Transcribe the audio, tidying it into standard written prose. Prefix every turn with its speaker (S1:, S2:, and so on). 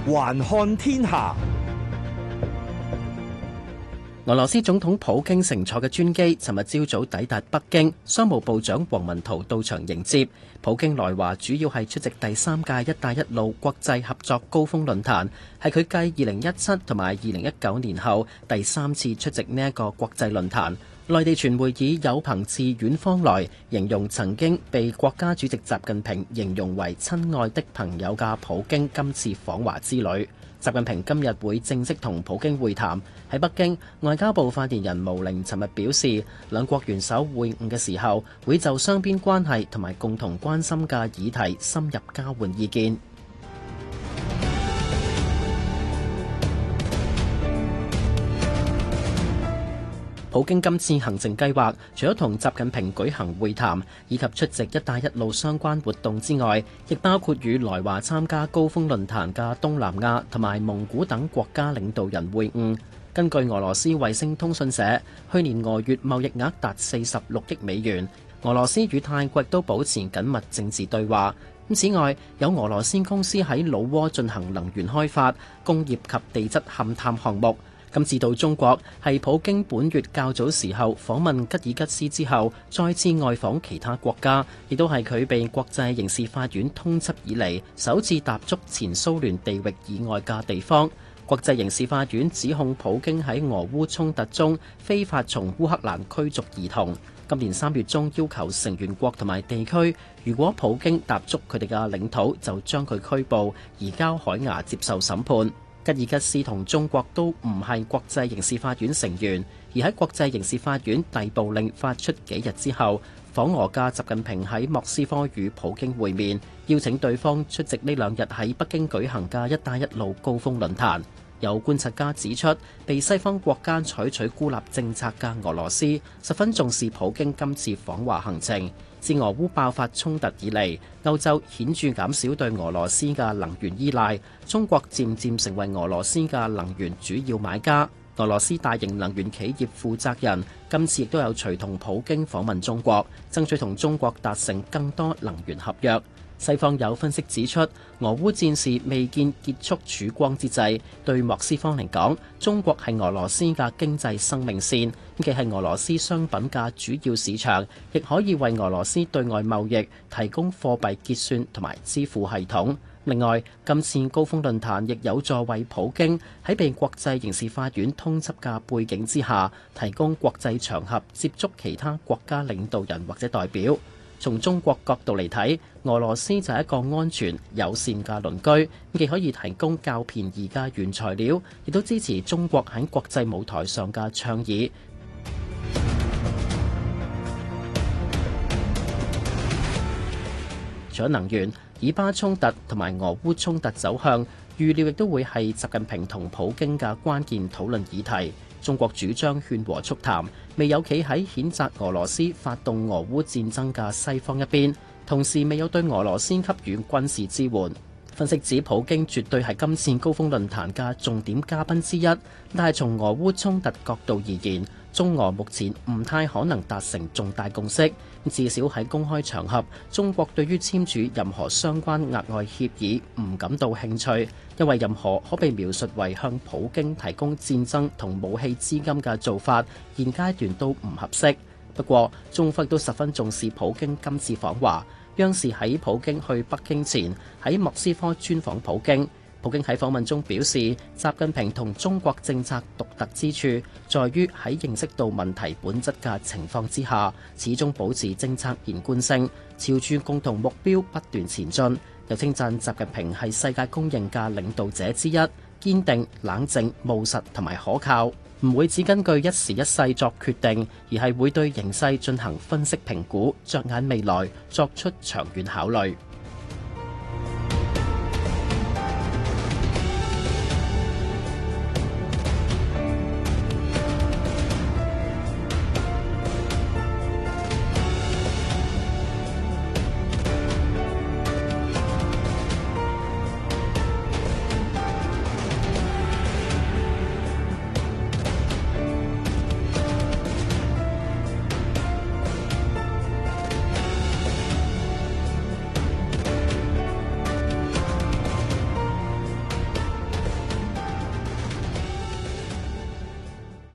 S1: 環看天下。
S2: 俄羅斯總統普京乘坐嘅專機尋日朝早抵達北京，商務部長王文濤到場迎接。普京來華主要係出席第3屆「一帶一路」國際合作高峰論壇，係佢繼2017同埋2019年後第3次出席呢一個國際論壇。內地傳媒以有朋自遠方來形容曾經被國家主席習近平形容為親愛的朋友嘅普京今次訪華之旅。習近平今日會正式同普京會談。喺北京，外交部發言人毛寧尋日表示，兩國元首會晤嘅時候，會就雙邊關係同埋共同關心嘅議題深入交換意見。普京今次行程計劃，除咗同習近平舉行會談以及出席「一帶一路」相關活動之外，亦包括與來華參加高峰論壇嘅東南亞同埋蒙古等國家領導人會晤。根據俄羅斯衛星通訊社，去年俄越貿易額達46億美元。俄羅斯與泰國都保持緊密政治對話。此外，有俄羅斯公司喺老撾進行能源開發、工業及地質勘探項目。今次到中國係普京本月較早時候訪問吉爾吉斯之後，再次外訪其他國家，亦都係佢被國際刑事法院通緝以嚟首次踏足前蘇聯地域以外嘅地方。國際刑事法院指控普京喺俄烏衝突中非法從烏克蘭驅逐兒童。今年3月中要求成員國同埋地區，如果普京踏足佢哋嘅領土，就將佢拘捕，移交海牙接受審判。吉爾吉斯同中國都唔係國際刑事法院成員，而喺國際刑事法院逮捕令發出幾日之後，訪俄嘅習近平喺莫斯科與普京會面，邀請對方出席呢2日喺北京舉行嘅「一帶一路」高峰論壇。有觀察家指出，被西方國家採取孤立政策嘅俄羅斯十分重視普京今次訪華行程。自俄烏爆發衝突以嚟，歐洲顯著減少對俄羅斯嘅能源依賴，中國漸漸成為俄羅斯嘅能源主要買家。俄羅斯大型能源企業負責人今次亦都有隨同普京訪問中國，爭取同中國達成更多能源合約。西方有分析指出，俄烏戰事未見結束曙光之際，對莫斯科嚟講，中國係俄羅斯嘅經濟生命線，既係俄羅斯商品嘅主要市場，亦可以為俄羅斯對外貿易提供貨幣結算同埋支付系統。另外，今次高峰論壇亦有助為普京喺被國際刑事法院通緝嘅背景之下，提供國際場合接觸其他國家領導人或者代表。從中國角度嚟睇，俄羅斯就係一個安全友善嘅鄰居，既可以提供較便宜嘅原材料，亦都支持中國喺國際舞台上嘅倡議。除咗能源，以巴衝突同埋俄烏衝突走向，預料亦都會係習近平同普京嘅關鍵討論議題。中國主張勸和促談，未有企喺譴責俄羅斯發動俄烏戰爭嘅西方一邊，同時未有對俄羅斯給予軍事支援。分析指，普京絕對係今次高峰論壇嘅重點嘉賓之一，但係從俄烏衝突角度而言，中俄目前唔太可能達成重大共識。至少喺公開場合，中國對於簽署任何相關額外協議唔感到興趣，因為任何可被描述為向普京提供戰爭同武器資金嘅做法，現階段都唔合適。不過，中方都十分重視普京今次訪華。央視喺普京去北京前，喺莫斯科專訪普京。普京喺訪問中表示，習近平同中國政策獨特之處，在於喺認識到問題本質嘅情況之下，始終保持政策連貫性，朝住共同目標不斷前進。又稱讚習近平係世界公認嘅領導者之一，堅定、冷靜、務實同埋可靠，唔會只根據一時一勢作決定，而係會對形勢進行分析評估，着眼未來，作出長遠考慮。